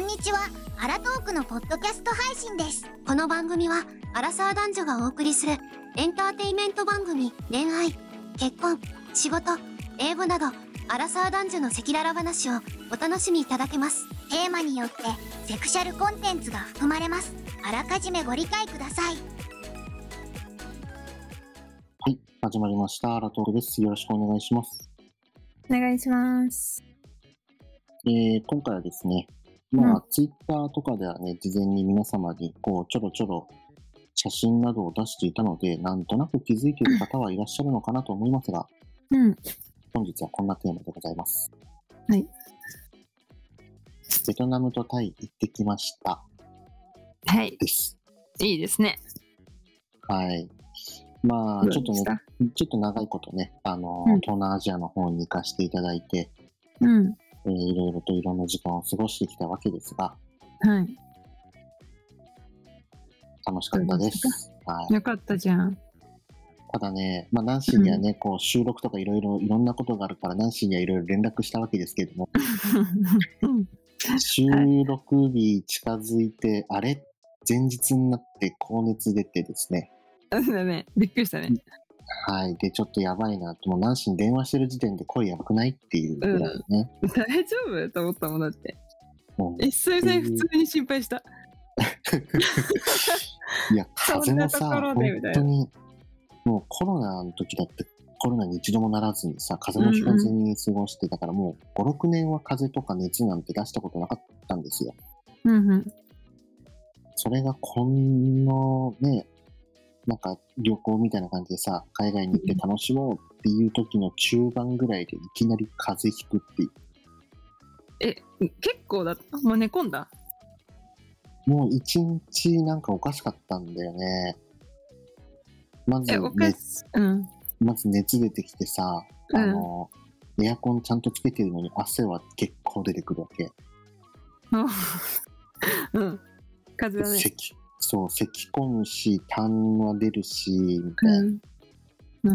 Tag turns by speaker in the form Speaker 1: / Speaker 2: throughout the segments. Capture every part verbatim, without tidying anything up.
Speaker 1: にちは。アラトークのポッドキャスト配信です。
Speaker 2: この番組はアラサー男女がお送りするエンターテインメント番組。恋愛、結婚、仕事、英語などアラサー男女の赤裸々話をお楽しみいただけます。
Speaker 1: テーマによってセクシャルコンテンツが含まれます。あらかじめご理解ください。
Speaker 3: はい、始まりました。アラトークです。よろしくお願いします。
Speaker 4: お願いします。
Speaker 3: えー、今回はですね、まあ、
Speaker 4: うん、
Speaker 3: ツイッターとかではね、事前に皆様にこうちょろちょろ写真などを出していたので、なんとなく気づいている方はいらっしゃるのかなと思いますが、
Speaker 4: うん、
Speaker 3: 本日はこんなテーマでございます。
Speaker 4: はい。
Speaker 3: ベトナムとタイ行ってきました。
Speaker 4: はい。
Speaker 3: です。
Speaker 4: いいですね。
Speaker 3: はい。まあ、ちょっとね、ちょっと長いことね、あの、うん、東南アジアの方に行かせていただいて、
Speaker 4: うん。
Speaker 3: えー、いろいろといろんな時間を過ごしてきたわけですが、
Speaker 4: はい。
Speaker 3: 楽しかったです。はい。
Speaker 4: よかったじゃん。
Speaker 3: ただね、まあ、ナンシーにはね、うん、こう収録とかいろいろいろんなことがあるから、ナンシーにはいろいろ連絡したわけですけれども、収録日近づいて、あれ前日になって高熱出てですね。
Speaker 4: そうだね。びっくりしたね。
Speaker 3: はい。で、ちょっとやばいなと、もうナンシーに電話してる時点で声やばくないっていうぐらいね。
Speaker 4: うん、大丈夫と思ったもんだって。うん、一斉に普通に心配した。
Speaker 3: いや、風邪もさ、本当に、もうコロナの時だってコロナに一度もならずにさ、風邪もひかずに過ごしてたから、もうご、ろくねんは風邪とか熱なんて出したことなかったんですよ。
Speaker 4: うんうん。そ
Speaker 3: れがこのね、なんか旅行みたいな感じでさ、海外に行って楽しもうっていう時の中盤ぐらいでいきなり風邪ひくっていう。
Speaker 4: え、結構だった？もう寝込んだ？
Speaker 3: もう一日なんかおかしかったんだよね。まず、ね、
Speaker 4: うん、ま
Speaker 3: ず熱出てきてさ、あの、うん、エアコンちゃんとつけてるのに汗は結構出てくるわけ。
Speaker 4: うん。風邪だね。
Speaker 3: そう、咳込むし、痰は出るし、みたいな、
Speaker 4: うんうん。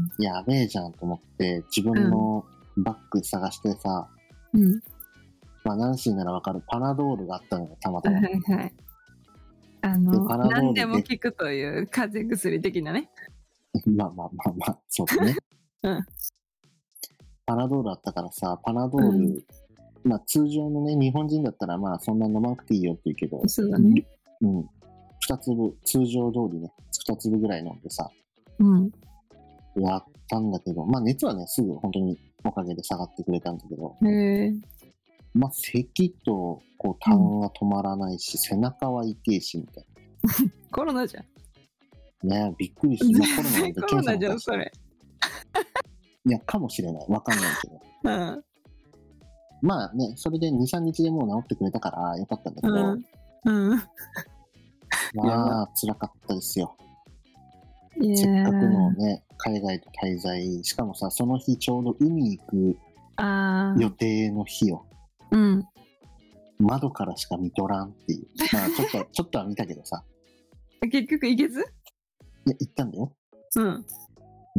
Speaker 3: やべえじゃんと思って、自分のバッグ探してさ、
Speaker 4: うん、
Speaker 3: まあ、ナンシーならわかるパナドールがあったのよ、たまたま。
Speaker 4: はいはい。あの、何でも効くという風邪薬的なね。
Speaker 3: まあまあまあまあ、そうだね。
Speaker 4: うん。
Speaker 3: パナドールあったからさ、パナドール、うん、まあ通常のね、日本人だったらまあそんな飲まなくていいよって言うけど、
Speaker 4: そうだね。
Speaker 3: うん。二粒、通常通りね、二粒ぐらい飲んでさ、
Speaker 4: うん。
Speaker 3: やったんだけど、まあ熱はね、すぐ本当におかげで下がってくれたんだけど、
Speaker 4: へー。
Speaker 3: まあ咳とこう痰は止まらないし、うん、背中は痛いしみたい
Speaker 4: な。コロナじゃん。
Speaker 3: ねえ、びっくりして、まあ、コロナなんて
Speaker 4: コロナじゃん、それ。
Speaker 3: いや、かもしれない。わかんないけど。
Speaker 4: うん。
Speaker 3: まあね、それでに、さんにちでもう治ってくれたからよかったんだけど、
Speaker 4: うん。うん、
Speaker 3: まあ、辛かったですよ。せっかくのね、海外と滞在、しかもさ、その日ちょうど海行く予定の日よ。
Speaker 4: うん。
Speaker 3: 窓からしか見とらんっていう。まあ、ちょっと、ちょっとは見たけどさ。
Speaker 4: 結局行けず？
Speaker 3: いや、行ったんだよ。
Speaker 4: うん。
Speaker 3: うん。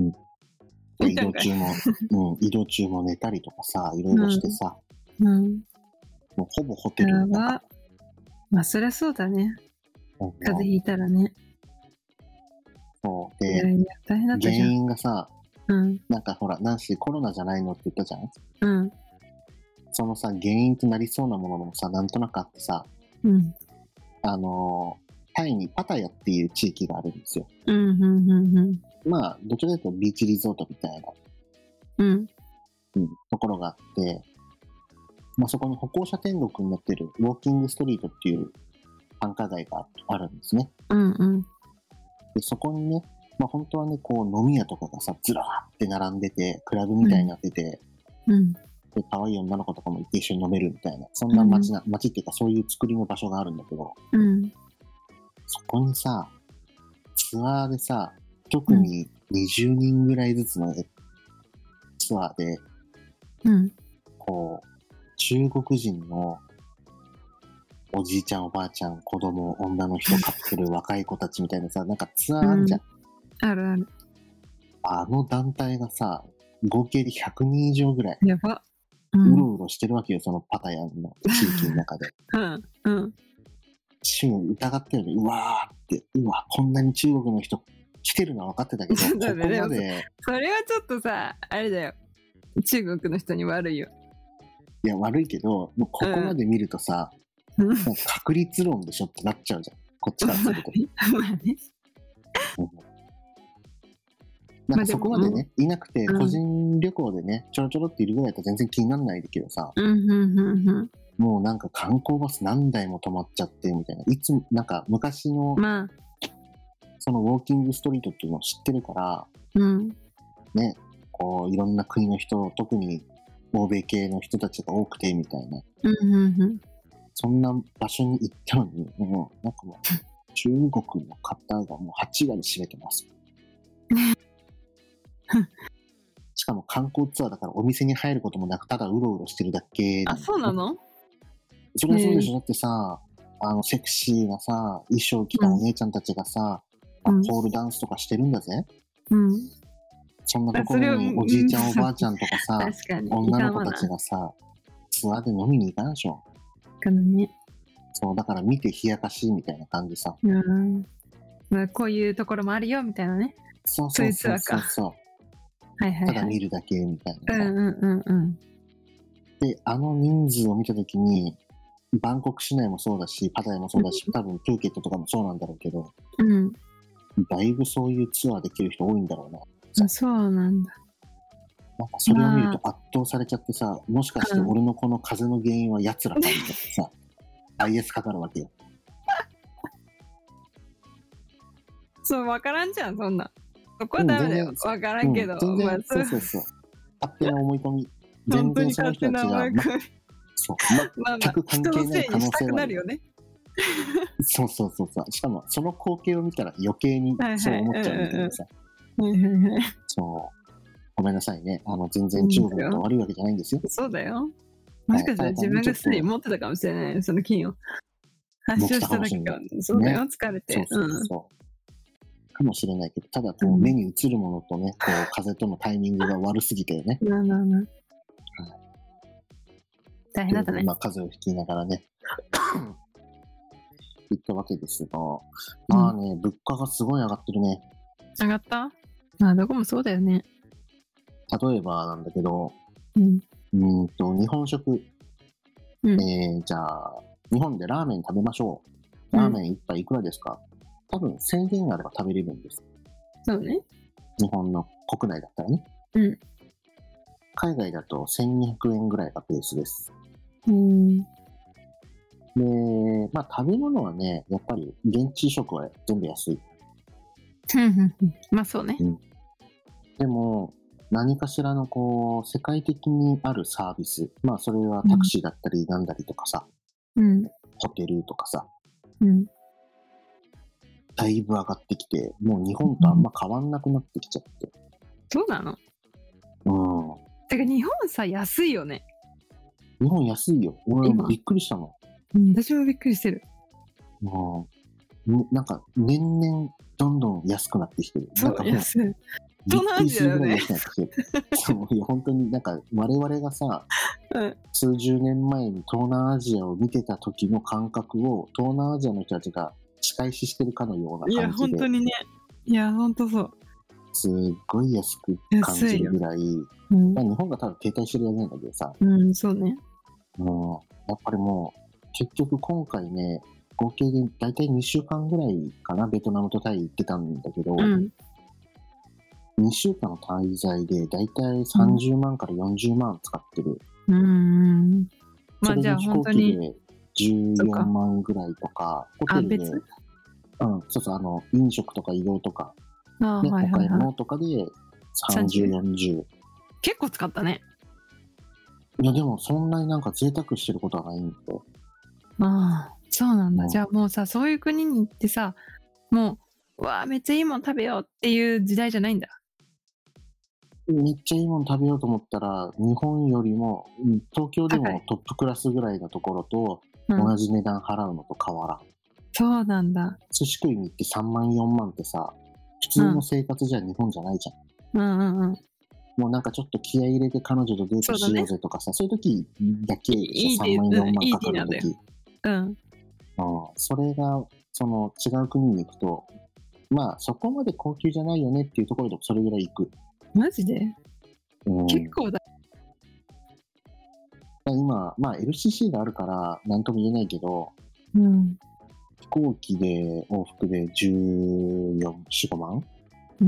Speaker 3: 移動中も、うん、移動中も寝たりとかさ、いろいろしてさ。
Speaker 4: うん。うん、
Speaker 3: もうほぼホテルの中。
Speaker 4: まあ、そりゃそうだね。風邪ひいたらね。
Speaker 3: そうで、
Speaker 4: 大変だったじゃん。
Speaker 3: 原因がさ、
Speaker 4: うん、
Speaker 3: なんかほら、ナンシーコロナじゃないのって言ったじゃん。
Speaker 4: うん。
Speaker 3: そのさ、原因となりそうなものもさ、なんとなくあってさ、
Speaker 4: うん。
Speaker 3: あのー、タイにパタヤっていう地域があるんですよ。
Speaker 4: うん、うん、うん、うん。
Speaker 3: まあ、どちらかというとビーチリゾートみたいな、
Speaker 4: うん。
Speaker 3: うん、ところがあって、まあそこに歩行者天国になってるウォーキングストリートっていう繁華街があるんですね。
Speaker 4: うんうん。
Speaker 3: で、そこにね、まあ本当はね、こう飲み屋とかがさ、ずらーって並んでて、クラブみたいになってて、
Speaker 4: うん。
Speaker 3: で、可愛い女の子とかも行って一緒に飲めるみたいな、そんな街な、うん、街っていうかそういう作りの場所があるんだけど、
Speaker 4: うん。
Speaker 3: そこにさ、ツアーでさ、特ににじゅうにんぐらいずつのツアーで、
Speaker 4: うん。
Speaker 3: こう、中国人のおじいちゃんおばあちゃん子供女の人カップル若い子たちみたいなさ、なんかツアーあるじゃん、
Speaker 4: うん、あるある。
Speaker 3: あの団体がさ合計でひゃくにん以上ぐらい
Speaker 4: やば
Speaker 3: うろうろしてるわけよ、そのパタヤンの地域の中で。
Speaker 4: うんうん
Speaker 3: 中国疑ったよね。うわーって、うわ、こんなに中国の人来てるのは分かってたけど、ここまで。
Speaker 4: それはちょっとさ、あれだよ。中国の人に悪いよ。
Speaker 3: いや、悪いけど、もうここまで見るとさ、
Speaker 4: うん、
Speaker 3: もう確率論でしょってなっちゃうじゃん。こっちからすると。
Speaker 4: まあね。
Speaker 3: なんかそこまでね、いなくて、個人旅行でね、ちょろちょろっているぐらいだと全然気にならないけどさ、
Speaker 4: うんうんうんうん、
Speaker 3: もうなんか観光バス何台も止まっちゃってみたいな。いつも、なんか昔の、
Speaker 4: まあ、
Speaker 3: そのウォーキングストリートっていうのを知ってるから、
Speaker 4: うん、
Speaker 3: ね、こういろんな国の人、特に欧米系の人たちが多くてみたいな、
Speaker 4: うんうんうん、そ
Speaker 3: んな場所に行ったのに、もうなんかもう中国の方がもうはち割占めてます。しかも観光ツアーだからお店に入ることもなく、ただうろうろしてるだけなん。
Speaker 4: あ、そうなの？
Speaker 3: それはそうでしょ。だってさ、あのセクシーなさ衣装着たお姉ちゃんたちがさ、うん、ポールダンスとかしてるんだぜ。
Speaker 4: うん。
Speaker 3: そんなところにおじいちゃんおばあちゃんとかさ、女の子たちがさ、ツアーで飲みに行かんでしょ。
Speaker 4: かなね。
Speaker 3: そうだから見て冷やかしみたいな感じさ。
Speaker 4: うん。まあこういうところもあるよみたいなね。
Speaker 3: そうそうそうそうそう。
Speaker 4: はいはいはい、
Speaker 3: ただ見るだけみたいな。
Speaker 4: うんうんうんうん。
Speaker 3: で、あの人数を見たときに、バンコク市内もそうだし、パタヤもそうだし、多分プーケットとかもそうなんだろうけど、
Speaker 4: うん、
Speaker 3: だいぶそういうツアーできる人多いんだろうな。
Speaker 4: あ、そうなんだ。
Speaker 3: なんかそれを見ると圧倒されちゃってさ、もしかして俺のこの風邪の原因は奴らかみたいなさ、アイエス かかるわけよ。
Speaker 4: そう、わからんじゃん、そんな。そこはダメだよ。わからんけど。
Speaker 3: うん、全然、まあ、そうそうそう。勝手な思い込み。全然その人たちが、ま、そう、全く関係ない可能性はあるよね。そうそうそうそう。しかもその光景を見たら余計にそう思っちゃうみたいなさ。そう。ごめんなさいね。あの全然中国と悪いわけじゃないんですよ。
Speaker 4: そうだよ。もしかしたら自分がすでに持ってたかもしれない、その菌を。発症しただけか。そうだよ、疲れて。
Speaker 3: そうそうそう。かもしれないけど、ただこう目に映るものとね、こう風とのタイミングが悪すぎてね。
Speaker 4: ななな。大変だったね。
Speaker 3: まあ風邪をひきながらね。言ったわけですが、まあね、うん、物価がすごい上がってるね。
Speaker 4: 上がった？まあどこもそうだよね。
Speaker 3: 例えばなんだけど、
Speaker 4: うん、
Speaker 3: うんと日本食、
Speaker 4: うん、
Speaker 3: えー、じゃあ日本でラーメン食べましょう。ラーメン一杯いくらですか？多分せんえんあれば食べれるんです。
Speaker 4: そうね。
Speaker 3: 日本の国内だったらね。
Speaker 4: うん。
Speaker 3: 海外だとせんにひゃくえんぐらいがベースです。
Speaker 4: うん。
Speaker 3: で、まあ食べ物はね、やっぱり現地食は全部安い。
Speaker 4: まあそうね。
Speaker 3: うん、でも、何かしらのこう、世界的にあるサービス。まあそれはタクシーだったりなんだりとかさ。
Speaker 4: うん。
Speaker 3: ホテルとかさ。
Speaker 4: うん。
Speaker 3: だいぶ上がってきて、もう日本とあんま変わんなくなってきちゃって。
Speaker 4: そうなの？
Speaker 3: うん。
Speaker 4: てか日本さ、安いよね。
Speaker 3: 日本安いよ。俺もびっくりしたの。
Speaker 4: うん、私もびっくりしてる。
Speaker 3: うん。なんか年々どんどん安くなってきてる。
Speaker 4: そう、
Speaker 3: なんか
Speaker 4: 安い。東南アジアだよね。
Speaker 3: そう、いや本当になんか我々がさ、
Speaker 4: うん、
Speaker 3: 数十年前に東南アジアを見てた時の感覚を東南アジアの人たちが仕返ししてるかのような感じで。
Speaker 4: いや本当にね。いや本当そう。
Speaker 3: すっごい安く感じるぐらい、
Speaker 4: うん、
Speaker 3: まあ、日本が多分停滞してるだけなんだけどさ、
Speaker 4: うん、そうね。
Speaker 3: うん、やっぱりもう結局今回ね、合計で大体にしゅうかんぐらいかな、ベトナムとタイ行ってたんだけど、うん、にしゅうかんの滞在で大体さんじゅうまんからよんじゅうまん使ってる。
Speaker 4: うん。
Speaker 3: まあじゃあ本当に飛行機でじゅうよんまんぐらいとか、ホテルで、うん、そうそう、あの飲食とか移動とか、
Speaker 4: あ、
Speaker 3: ね、
Speaker 4: はいはいはい、
Speaker 3: お買い物とかでさんじゅう、よんじゅう。
Speaker 4: 結構使ったね。
Speaker 3: いやでもそんなになんか贅沢してることはないんで。
Speaker 4: ああ、そうなんだ。うん、じゃあもうさ、そういう国に行ってさ、もう、うわあ、めっちゃいいもん食べようっていう時代じゃないんだ。
Speaker 3: めっちゃいいもん食べようと思ったら、日本よりも、東京でもトップクラスぐらいのところと同じ値段払うのと変わらん。うん、
Speaker 4: そうなんだ。
Speaker 3: 寿司食いに行ってさんまんよんまんってさ、普通の生活じゃ日本じゃないじゃん。
Speaker 4: うんうんうん。
Speaker 3: もうなんかちょっと気合い入れて彼女とデートしようぜとかさ、そう,、いう時だけ
Speaker 4: いい
Speaker 3: さんまんよんまんかかる
Speaker 4: いいデート
Speaker 3: 時、
Speaker 4: うん。
Speaker 3: うん、それがその違う国に行くと、まあそこまで高級じゃないよねっていうところでもそれぐらい行く。
Speaker 4: マジで、
Speaker 3: うん、
Speaker 4: 結構だ。
Speaker 3: 今、まあ エルシーシー があるから何とも言えないけど、
Speaker 4: うん。
Speaker 3: 飛行機で往復でじゅうよん、よん、ごまん、
Speaker 4: うん。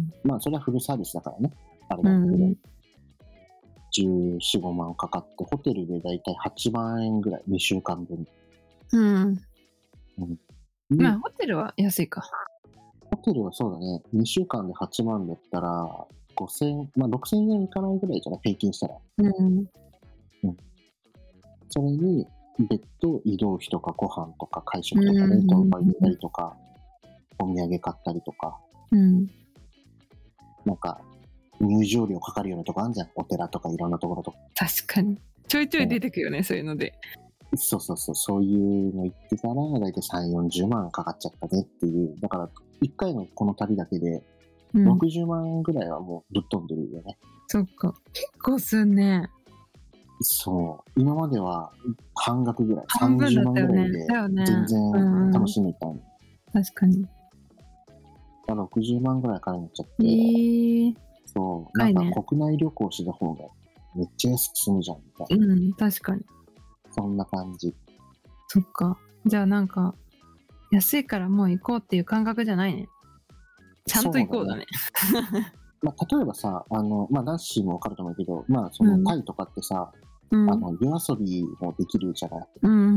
Speaker 3: まあそれはフルサービスだからね。あれなんだけど、
Speaker 4: うん、
Speaker 3: じゅうよん、ごまんかかって、ホテルでだいたいはちまんえんぐらい、にしゅうかんぶん。
Speaker 4: うん。
Speaker 3: うん、
Speaker 4: まあホテルは安いか。
Speaker 3: ホテルはそうだね、にしゅうかんではちまんだったら、ごせん、まあろくせんえんいかないぐらいじゃない、平均したら。
Speaker 4: うん。
Speaker 3: うん。それに、別途移動費とかご飯とか会食とか冷凍庫入れたりとか、お土産買ったりとか、
Speaker 4: うん。
Speaker 3: なんか、入場料かかるようなとこあるじゃん。お寺とかいろんなところとか。
Speaker 4: 確かに。ちょいちょい出てくよね、そういうので。
Speaker 3: そうそうそう、そういうの言ってたら、だいたいさんじゅう、よんじゅうまんかかっちゃったねっていう。だから、いっかいのこの旅だけで、ろくじゅうまんぐらいはもうぶっ飛んでるよね。
Speaker 4: そっか。結構すんね。
Speaker 3: そう。今までは半額ぐらい、
Speaker 4: 半分
Speaker 3: 30万
Speaker 4: だったよね。
Speaker 3: ぐらいで
Speaker 4: だよね。
Speaker 3: 全然楽しめたの。
Speaker 4: うん、確かに。
Speaker 3: ろくじゅうまんぐらいからになっちゃって。
Speaker 4: えー、
Speaker 3: そう。なんか国内旅行した方がめっちゃ安く済むじゃんみたいな。
Speaker 4: うん、確かに。
Speaker 3: そんな感じ。
Speaker 4: そっか。じゃあなんか、安いからもう行こうっていう感覚じゃないね。ちゃんと行こうだね。
Speaker 3: まあ、例えばさ、あの、まあ、ナッシーもわかると思うけど、まあ、その、タイとかってさ、うん、あの、夜遊びもできるじゃない。
Speaker 4: うん、うん、うん、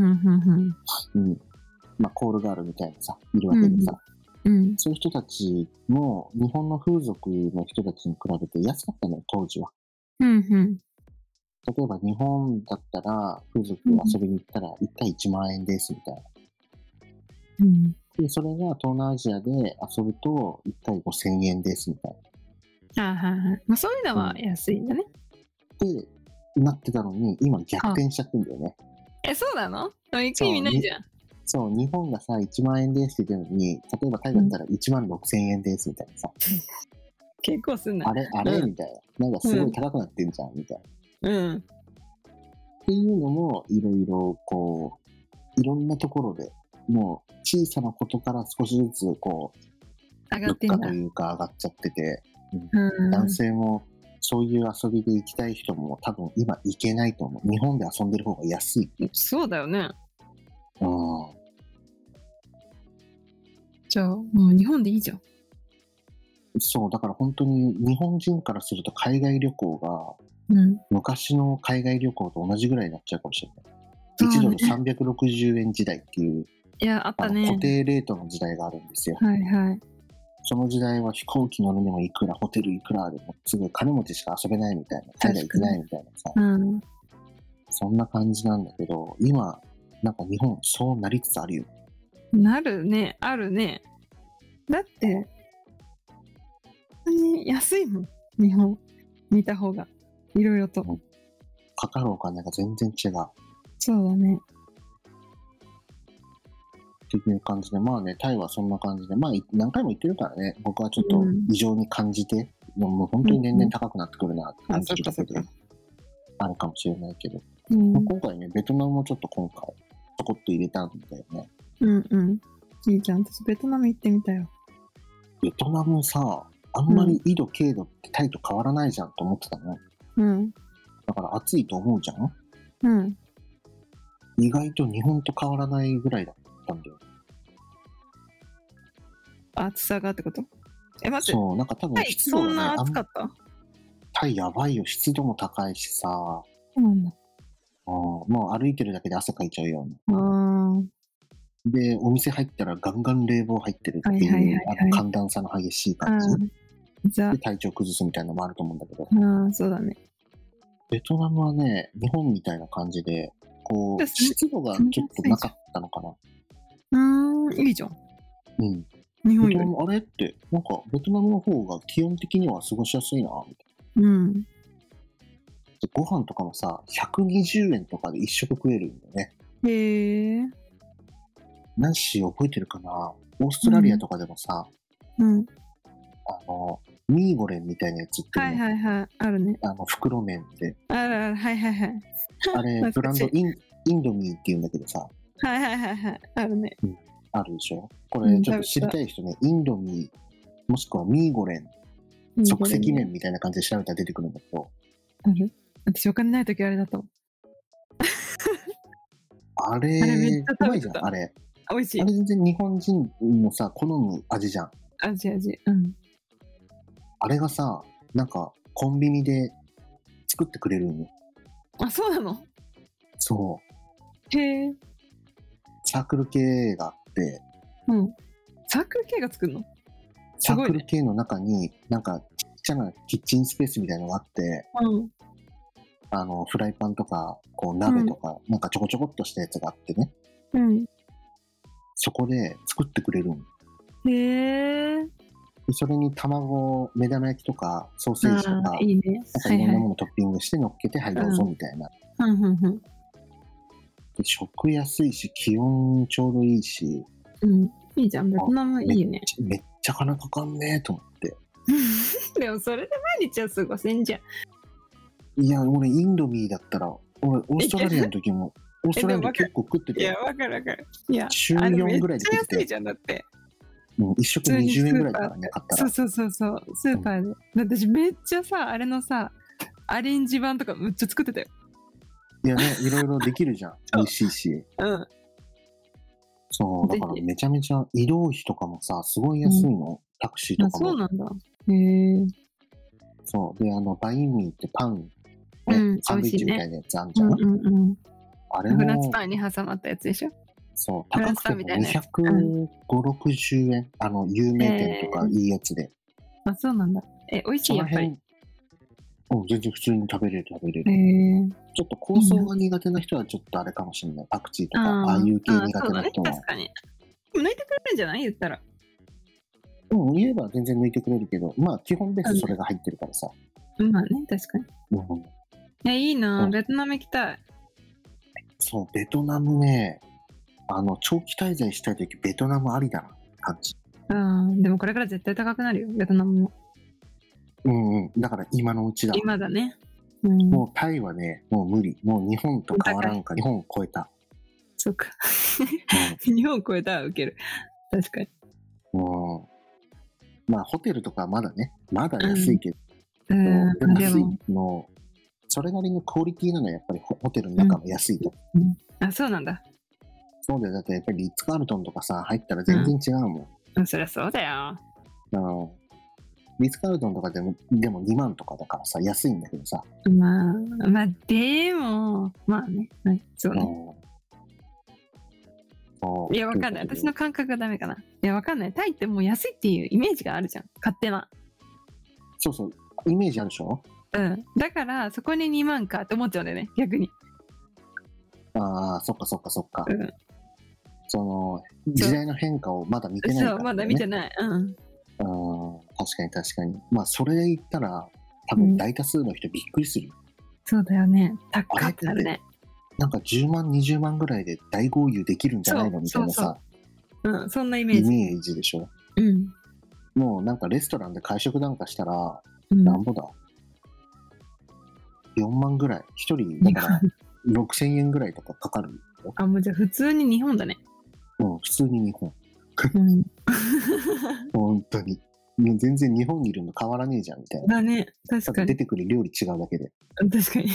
Speaker 3: うん。まあ、コールガールみたいなさ、いるわけでさ。
Speaker 4: うん、
Speaker 3: そういう人たちも、日本の風俗の人たちに比べて安かったのよ、当時は。
Speaker 4: うん、うん。
Speaker 3: 例えば、日本だったら、風俗遊びに行ったら、いっかいいちまんえんです、みたいな。
Speaker 4: うん。
Speaker 3: で、それが東南アジアで遊ぶと、いっかいごせんえんです、みたいな。
Speaker 4: あはいはい。まあ、そういうのは安いんだね。
Speaker 3: で、なってたのに、今逆転しちゃってんだよね。
Speaker 4: え、そうなの？行く意味ないじゃん。
Speaker 3: そう、日本がさ、いちまんえんですって言ってるのに、例えばタイだったらいちまんろくせんえんですみたいなさ。
Speaker 4: 結構すんな。
Speaker 3: あれあれ、
Speaker 4: うん、
Speaker 3: みたいな。なんかすごい高くなってんじゃん、みたいな。
Speaker 4: うん。
Speaker 3: っていうのも、いろいろ、こう、いろんなところで、もう小さなことから少しずつ、こう、
Speaker 4: 上がってんだ。
Speaker 3: 物価というか上がっちゃってて、
Speaker 4: うん、
Speaker 3: 男性もそういう遊びで行きたい人も多分今行けないと思う。日本で遊んでる方が安い。
Speaker 4: そうだよね。
Speaker 3: うん。
Speaker 4: じゃあ、もう日本でいいじゃん。
Speaker 3: そう、だから本当に日本人からすると海外旅行が、
Speaker 4: うん、
Speaker 3: 昔の海外旅行と同じぐらいになっちゃうかもしれない。いちドルさんびゃくろくじゅうえん時代っていう、
Speaker 4: いや、あったね。
Speaker 3: 固定レートの時代があるんですよ。
Speaker 4: はいはい。
Speaker 3: その時代は飛行機乗るにもいくら、ホテルいくらでも、すごい金持ちしか遊べないみたいな、海外行けないみたいなさ、
Speaker 4: うん、
Speaker 3: そんな感じなんだけど、今、なんか日本そうなりつつあるよ。
Speaker 4: なるね、あるね。だって、安いもん、日本。見た方が。いろいろと。
Speaker 3: かかるお金が全然違う。
Speaker 4: そうだね。
Speaker 3: っていう感じで、まあね、タイはそんな感じで、まあ何回も行ってるからね、僕はちょっと異常に感じて、うん、もう本当に年々高くなってくるなって感じるだけで、あるかもしれないけど、うんまあ、今回ね、ベトナムもちょっと今回、ちょこっと入れたんだよね。
Speaker 4: うんうん。いいじゃん、私ベトナム行ってみたよ。
Speaker 3: ベトナムさ、あんまり緯度、経度ってタイと変わらないじゃんと思ってたの。
Speaker 4: うん。
Speaker 3: だから暑いと思うじゃん。
Speaker 4: うん。
Speaker 3: 意外と日本と変わらないぐらいだったんだよ。
Speaker 4: 暑さがってこと？え、待って。
Speaker 3: そう、なんか多分湿度がね、
Speaker 4: そんな暑かった？
Speaker 3: タイやばいよ、湿度も高いしさ。
Speaker 4: そうなんだ。
Speaker 3: うん、もう歩いてるだけで汗かいちゃうよ
Speaker 4: うな。
Speaker 3: あで、お店入ったらガンガン冷房入ってるっていう、はいはいはいはい、あの寒暖差の激しい感じ。で、体調崩すみたいなのもあると思うんだけど。
Speaker 4: ああ、そうだね。
Speaker 3: ベトナムはね、日本みたいな感じで、こう、湿度がちょっとなかったのかな。
Speaker 4: うーん、いいじゃん。
Speaker 3: うん。
Speaker 4: 日本より
Speaker 3: ベトナム、あれって、なんか、ベトナムの方が気温的には過ごしやすいな、みたい
Speaker 4: な。うん。
Speaker 3: で、ご飯とかもさ、ひゃくにじゅうえんとかで一食食えるんだよね。
Speaker 4: へえ。
Speaker 3: ナンシー覚えてるかな？オーストラリアとかでもさ、
Speaker 4: うん。
Speaker 3: あの、 ミーゴレンみたいなやつっていうの、
Speaker 4: はいはいはい。あるね。
Speaker 3: あの袋麺って
Speaker 4: あるある。はいはいはい。
Speaker 3: あれブランドインインドミーっていうんだけどさ、
Speaker 4: はいはいはいはい。あるね。
Speaker 3: あるでしょ。こ
Speaker 4: うん
Speaker 3: れちょっと知りたい人ね、インドミーもしくはミーゴレン即席麺みたいな感じで調べたら出てくるんだけど、
Speaker 4: ある？私お金ない時あれだったもん。
Speaker 3: あれ
Speaker 4: あれめっちゃ
Speaker 3: うまいじゃん。
Speaker 4: 食べてた。
Speaker 3: あれ
Speaker 4: 美味しい
Speaker 3: あ。れ全然日本人もさ好む味じゃん。
Speaker 4: 味味。うん。
Speaker 3: あれがさ、なんかコンビニで作ってくれるのよ。
Speaker 4: あ、そうなの？
Speaker 3: そう
Speaker 4: へえ。
Speaker 3: サークル系があって、
Speaker 4: うん。サークル系が作るの？す
Speaker 3: サー
Speaker 4: ごいね。
Speaker 3: クル系の中になんかちっちゃなキッチンスペースみたいなのがあって、
Speaker 4: うん。
Speaker 3: あのフライパンとかこう鍋とか、なんかちょこちょこっとしたやつがあってね、
Speaker 4: うん。
Speaker 3: そこで作ってくれるの。
Speaker 4: へえ。
Speaker 3: でそれに卵、目玉焼きとかソーセージとか、
Speaker 4: ああ、いいね。
Speaker 3: なんか
Speaker 4: はいいはい。
Speaker 3: ろんなものトッピングして乗っけて、はい、どうぞみたいな。
Speaker 4: うんうんうん。
Speaker 3: で食安いし、気温ちょうどいいし、
Speaker 4: うん。いいじゃん。ベトナムいいね。
Speaker 3: めっちゃ金かかんねえと思って。
Speaker 4: でもそれで毎日は過ごせんじゃん。
Speaker 3: いや、俺、インドミーだったら、俺、オーストラリアの時も、オーストラリアの時結構食って
Speaker 4: いや、
Speaker 3: たよ。
Speaker 4: わかるわかる。いや、
Speaker 3: 週よんぐらいで食ってて、
Speaker 4: あれめっちゃ安いじゃん、だって。
Speaker 3: もう一食にじゅうえんぐらいだからね、買ったら。
Speaker 4: そうそうそうそう、スーパーで。私めっちゃさ、あれのさ、アレンジ版とかめっちゃ作ってたよ。
Speaker 3: いやね、いろいろできるじゃん。美味しいし。
Speaker 4: うん。
Speaker 3: そう、だからめちゃめちゃ移動費とかもさ、すごい安いの。タクシーと
Speaker 4: あ、
Speaker 3: かも。
Speaker 4: そうなんだ。へえ。
Speaker 3: そう。で、あの、バインミーってパン、ね
Speaker 4: うん
Speaker 3: サンドイッチみたいなやつあんじゃん。
Speaker 4: うんうんうん。
Speaker 3: あれ
Speaker 4: フランス
Speaker 3: も、
Speaker 4: パンに挟まったやつでしょ。
Speaker 3: そう、
Speaker 4: フランス
Speaker 3: 高くても
Speaker 4: パンみたいなやつ
Speaker 3: にひゃくごじゅう、ろくじゅうえん。あの、有名店とかいいやつで。
Speaker 4: あ、そうなんだ。え、美味しい、やっぱり。
Speaker 3: その辺、うん、全然普通に食べれる食べれ
Speaker 4: へ
Speaker 3: る。
Speaker 4: え。
Speaker 3: ちょっと香草が苦手な人はちょっとあれかもしれない。パクチーとか、ああいう系苦手な人は。
Speaker 4: 確かに。でも抜いてくれるんじゃない言ったら。
Speaker 3: うん、言えば全然抜いてくれるけど、まあ基本ベースそれが入ってるからさ。
Speaker 4: まあね、確かに。
Speaker 3: うん、
Speaker 4: え、いいな、
Speaker 3: うん
Speaker 4: ベトナム行きたい。
Speaker 3: そう、ベトナムね、あの、長期滞在したいとき、ベトナムありだな、感じ。
Speaker 4: うん、でもこれから絶対高くなるよ、ベトナムも。
Speaker 3: うんうん。だから今のうちだ。
Speaker 4: 今だね。うん、
Speaker 3: もうタイはね、もう無理。もう日本と変わらんか、日本を超えた。
Speaker 4: そっか。日本超えたらウケる。確かに。
Speaker 3: うん。まあ、ホテルとかはまだね、まだ安いけど、
Speaker 4: うん、
Speaker 3: でも安
Speaker 4: でも、
Speaker 3: いの、それなりのクオリティなのはやっぱりホホテルの中も安いと。
Speaker 4: あ、そうなんだ。
Speaker 3: そうだよ。だってやっぱりリッツ・カールトンとかさ、入ったら全然違うもん。
Speaker 4: うん、そりゃそうだよ。
Speaker 3: うんリッツ・カールトンとかでもでもにまんとかだからさ、安いんだけどさ。
Speaker 4: まあ、まあ、でも、まあね。はい、そうね。
Speaker 3: うん、
Speaker 4: いや、わかんない。私の感覚がダメかな。いや、わかんない。タイってもう安いっていうイメージがあるじゃん。勝手な。
Speaker 3: そうそう、イメージあるでしょ。
Speaker 4: うん。だから、そこににまんかって思っちゃうんだよね。逆に。
Speaker 3: ああ、そっかそっかそっか。
Speaker 4: うん。
Speaker 3: その、時代の変化をまだ見てないから、ね。
Speaker 4: そう、まだ見てない。うん。
Speaker 3: うん、確かに確かに。まあ、それで言ったら、多分大多数の人びっくりする。
Speaker 4: そうだよね。高くなるね。
Speaker 3: なんかじゅうまん、にじゅうまんぐらいで大豪遊できるんじゃないのみたいなさ、
Speaker 4: うん、そんなイメージ。
Speaker 3: イメージでしょ。
Speaker 4: うん。
Speaker 3: もうなんかレストランで会食なんかしたら、
Speaker 4: うん、
Speaker 3: なんぼだよんまんぐらい。ひとりだからろくせんえんぐらいとかかかるよ。
Speaker 4: あ、もうじゃあ普通に日本だね。
Speaker 3: うん、普通に日本。
Speaker 4: うん、
Speaker 3: 本当に。もう全然日本にいるの変わらねえじゃんみたいな。
Speaker 4: だね。確かに。
Speaker 3: 出てくる料理違うだけで。
Speaker 4: 確かに。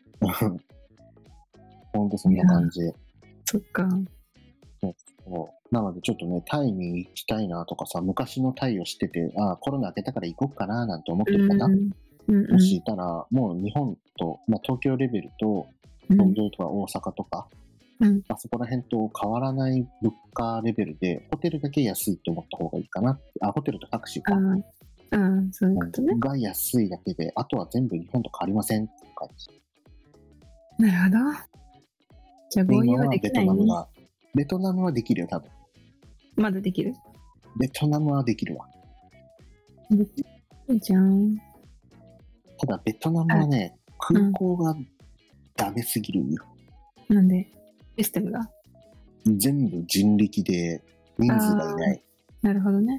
Speaker 3: ほんとそんな感じ。
Speaker 4: そっか。
Speaker 3: なのでちょっとね、タイに行きたいなとかさ、昔のタイを知ってて、ああ、コロナ明けたから行こうかななんて思ってるかな。
Speaker 4: うんうん、
Speaker 3: もしいたら、もう日本と、まあ、東京レベルと、東京とか大阪とか、
Speaker 4: うん、
Speaker 3: あそこら辺と変わらない物価レベルで、ホテルだけ安いと思った方がいいかな。あ、ホテルとタクシーか。
Speaker 4: ああ、そういうことね。
Speaker 3: が安いだけで、あとは全部日本と変わりませんっていう感じ。
Speaker 4: なるほど。じゃあ合意はできないね。
Speaker 3: ベトナムが、ベトナムはできるよ、多分。
Speaker 4: まだできる？
Speaker 3: ベトナムはできるわ。
Speaker 4: できるじゃん。
Speaker 3: ただ、ベトナムはね、空港がダメすぎるよ。
Speaker 4: なんで？システムが？
Speaker 3: 全部人力で人数がいない。
Speaker 4: なるほどね。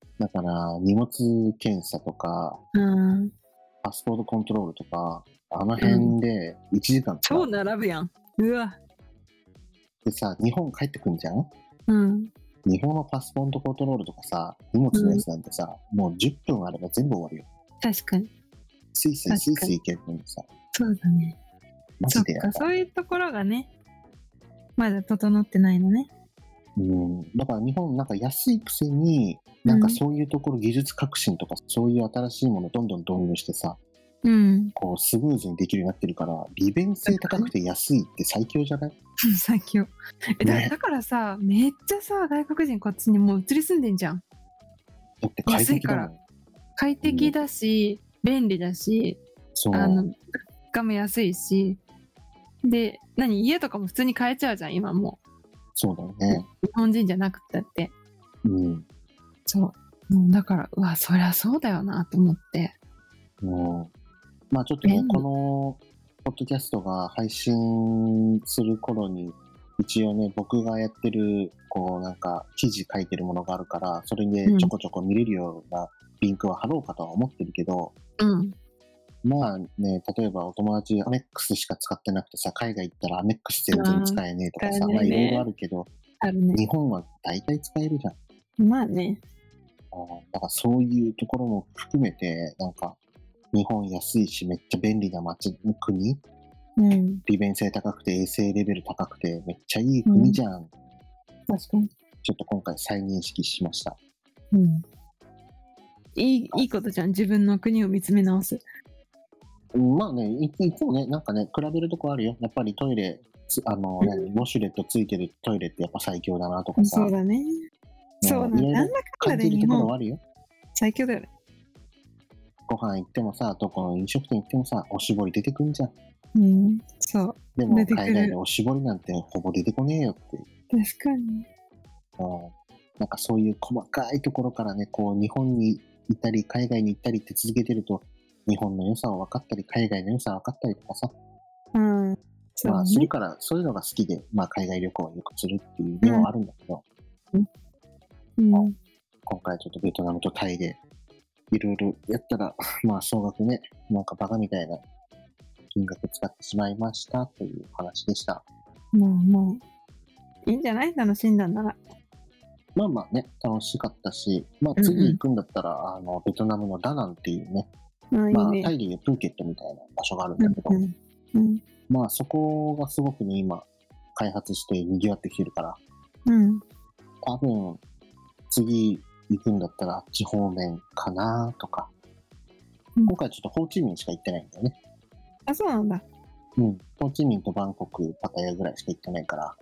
Speaker 3: だから荷物検査とか、
Speaker 4: うん。
Speaker 3: パスポートコントロールとか、あの辺でいちじかん使
Speaker 4: 超
Speaker 3: う。
Speaker 4: 並ぶやん。うわ。
Speaker 3: でさ、日本帰ってくんじゃん。
Speaker 4: うん。
Speaker 3: 日本のパスポートコントロールとかさ、荷物のやつなんてさ、もうじゅっぷんあれば全部終わるよ。
Speaker 4: 確かに。
Speaker 3: スイスイスイスイ行けるのにさ、
Speaker 4: そうだね。そっか、
Speaker 3: マジでやだ。
Speaker 4: そういうところがね、まだ整ってないのね。
Speaker 3: うん。だから日本なんか安いくせに、なんかそういうところ技術革新とか、そういう新しいものどんどん導入してさ、
Speaker 4: うん。
Speaker 3: こうスムーズにできるようになってるから、利便性高くて安いって最強じゃない？
Speaker 4: 最強。え、だ
Speaker 3: ね
Speaker 4: だからさ、めっちゃさ、外国人こっちにもう移り住んでんじゃん。
Speaker 3: だって快適だも
Speaker 4: 安
Speaker 3: ん。
Speaker 4: 快適だし、便利だし、
Speaker 3: そう。
Speaker 4: あの、物価も安いし、で、何、家とかも普通に買えちゃうじゃん、今も
Speaker 3: そうだよ
Speaker 4: う。
Speaker 3: ね。
Speaker 4: 日本人じゃなくたって。
Speaker 3: うん。
Speaker 4: そう。もうだから、うわ、そりゃそうだよなと思って。
Speaker 3: うん。まあちょっとね、
Speaker 4: 便利
Speaker 3: このポッドキャストが配信する頃に、一応ね、僕がやってる、こうなんか記事書いてるものがあるから、それでちょこちょこ見れるようなリンクは貼ろうかとは思ってるけど、
Speaker 4: うん。
Speaker 3: まあね、例えばお友達アメックスしか使ってなくてさ、海外行ったらアメックス全然使えねえとかさ、
Speaker 4: あー使えないね
Speaker 3: まあいろいろあるけど、
Speaker 4: あるね。
Speaker 3: 日本は大体使えるじゃん。
Speaker 4: まあね。
Speaker 3: あーだからそういうところも含めて、なんか、日本安いしめっちゃ便利な街、国、
Speaker 4: うん。
Speaker 3: 利便性高くて衛生レベル高くてめっちゃいい国じゃん。
Speaker 4: 確かに。
Speaker 3: ちょっと今回再認識しました。
Speaker 4: うん。いい、いいことじゃん。自分の国を見つめ直す。
Speaker 3: うんまあねい、いつもね、なんかね、比べるとこあるよ。やっぱりトイレ、つあの、
Speaker 4: うん
Speaker 3: 何ウォシュレットついてるトイレってやっぱ最強だなとかさ、
Speaker 4: そうだね。そうなんだ。
Speaker 3: いろいろ
Speaker 4: なんだかんだで日
Speaker 3: 感じるところは
Speaker 4: 本
Speaker 3: あるよ。
Speaker 4: 最強だよね。
Speaker 3: ご飯行ってもさ、どこの飲食店行ってもさ、おしぼり出てくんじゃん。
Speaker 4: うん。そう。
Speaker 3: でも
Speaker 4: 出てくる
Speaker 3: 海外でおしぼりなんてほぼ出てこねえよって。
Speaker 4: 確かに。
Speaker 3: うんなんかそういう細かいところからね、こう日本にいたり海外に行ったりって続けてると、日本の良さを分かったり、海外の良さを分かったりとかさ、
Speaker 4: うん。そう
Speaker 3: まあする
Speaker 4: ね。
Speaker 3: から、そういうのが好きで、まあ海外旅行をよくするっていうのはあるんだけど、
Speaker 4: うん。
Speaker 3: 今回ちょっとベトナムとタイでいろいろやったら、まあ総額ね、なんかバカみたいな金額使ってしまいましたという話でした。
Speaker 4: もう、もう、いいんじゃない楽しんだんなら。
Speaker 3: まあまあね、楽しかったし、まあ次行くんだったら、あの、ベトナムのダナンっていうね、
Speaker 4: うん、
Speaker 3: まあ
Speaker 4: いいね。
Speaker 3: タイでいうプーケットみたいな場所があるんだけど、
Speaker 4: うん。うん。
Speaker 3: まあそこがすごくね、今、開発して賑わってきてるから、
Speaker 4: うん。
Speaker 3: 多分、次行くんだったらあっち方面かなとか、
Speaker 4: うん
Speaker 3: 今回ちょっとホーチミンしか行ってないんだよね。
Speaker 4: あ、そうなんだ。
Speaker 3: うん。ホーチミンとバンコク、パタヤぐらいしか行ってないから、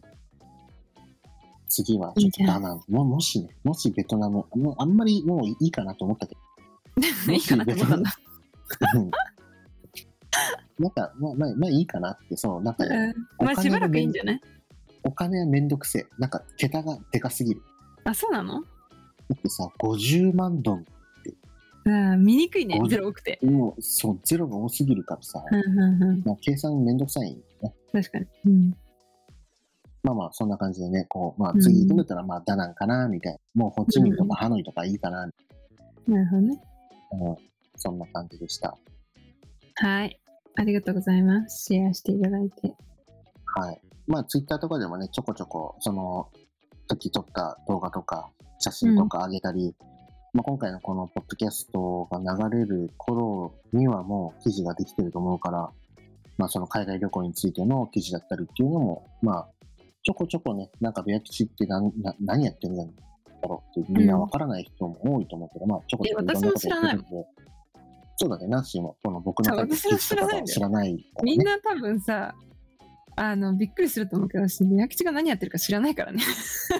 Speaker 3: 次はちょっとダナン、ももしね、もしベトナム、もうあんまりもういいかなと思ったけど、
Speaker 4: いいかなと思ったんだ。
Speaker 3: うんなんか、まあ、まあ、まあいいかなって、そう、なんかね、
Speaker 4: うん。まあ、しばらくいいんじゃない？
Speaker 3: お金はめんどくせえ。なんか、桁がでかすぎる。
Speaker 4: あ、そうなの？
Speaker 3: だってさ、ごじゅうまんドン、
Speaker 4: うん、見にくいね
Speaker 3: ご、じゅ
Speaker 4: ゼロ多くて。
Speaker 3: もう、そう、ゼロが多すぎるからさ、
Speaker 4: うんうんうん。
Speaker 3: まあ、計算めんどくさいんよね。
Speaker 4: 確かに。うん。
Speaker 3: まあまあ、そんな感じでね、こう、まあ、次行くんだったら、まあ、ダナンかな、みたいな。もう、ホーチミンとかハノイとかいいかな、
Speaker 4: なるほどね。
Speaker 3: うん、そんな感じでした。
Speaker 4: はい。ありがとうございます。シェアしていただいて。
Speaker 3: はい。まあ、ツイッターとかでもね、ちょこちょこ、その、時撮った動画とか、写真とか上げたり、まあ、今回のこのポッドキャストが流れる頃にはもう記事ができてると思うから、まあ、その海外旅行についての記事だったりっていうのも、まあ、ちょこちょこね、なんかベア吉って何な何やってるんだろうってみんなわからない人も多いと思うけど、まあ、ちょこちょこいろんなことやってるんで、そうだね、ナンシーもこの僕の書いた記事とかは知らないからね。
Speaker 4: みんな多分さ、あの、びっくりすると思うけど、私、宮吉が何やってるか知らないからね。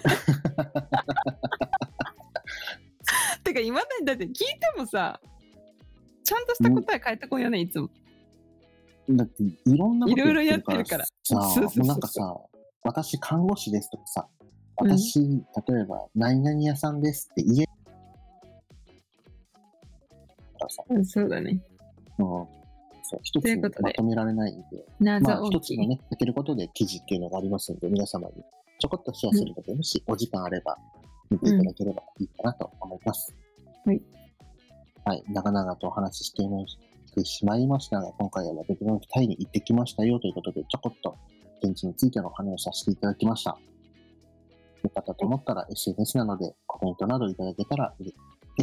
Speaker 4: てか、今までだって聞いてもさ、ちゃんとした答え返ってこんよね、いつも。
Speaker 3: だっていろんなことやってるからさ、
Speaker 4: そうそうそうそう
Speaker 3: もうなんかさ、私看護師ですとかさ、私、うん、例えば何々屋さんですって言え
Speaker 4: うん、そうだね。
Speaker 3: うん、そう一つにまとめられないんで、
Speaker 4: 謎
Speaker 3: まあ一つのね、やってることで記事っていうのがありますんで、皆様にちょこっとシェアするので、もしお時間あれば見ていただければいいかなと思います。
Speaker 4: うん、はい。
Speaker 3: はい。長々とお話ししていましてしまいましたが、今回はベトナムとタイに行ってきましたよということで、ちょこっと現地についてのお話をさせていただきました。よかったと思ったら エスエヌエス などでコメントなどいただけたら嬉しいです。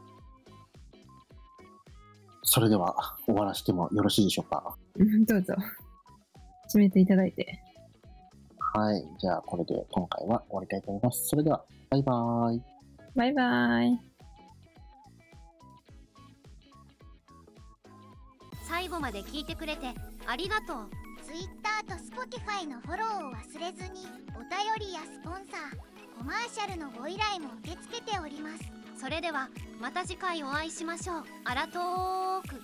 Speaker 3: それでは終わらせてもよろしいでしょうか。
Speaker 4: どうぞ。締めていただいて。
Speaker 3: はい。じゃあこれで今回は終わりたいと思います。それでは、バイバーイ。
Speaker 4: バイバーイ。
Speaker 2: 最後まで聞いてくれてありがとう。
Speaker 1: Twitter と Spotify のフォローを忘れずに、お便りやスポンサー、コマーシャルのご依頼も受け付けております。
Speaker 2: それではまた次回お会いしましょう。アラトーク。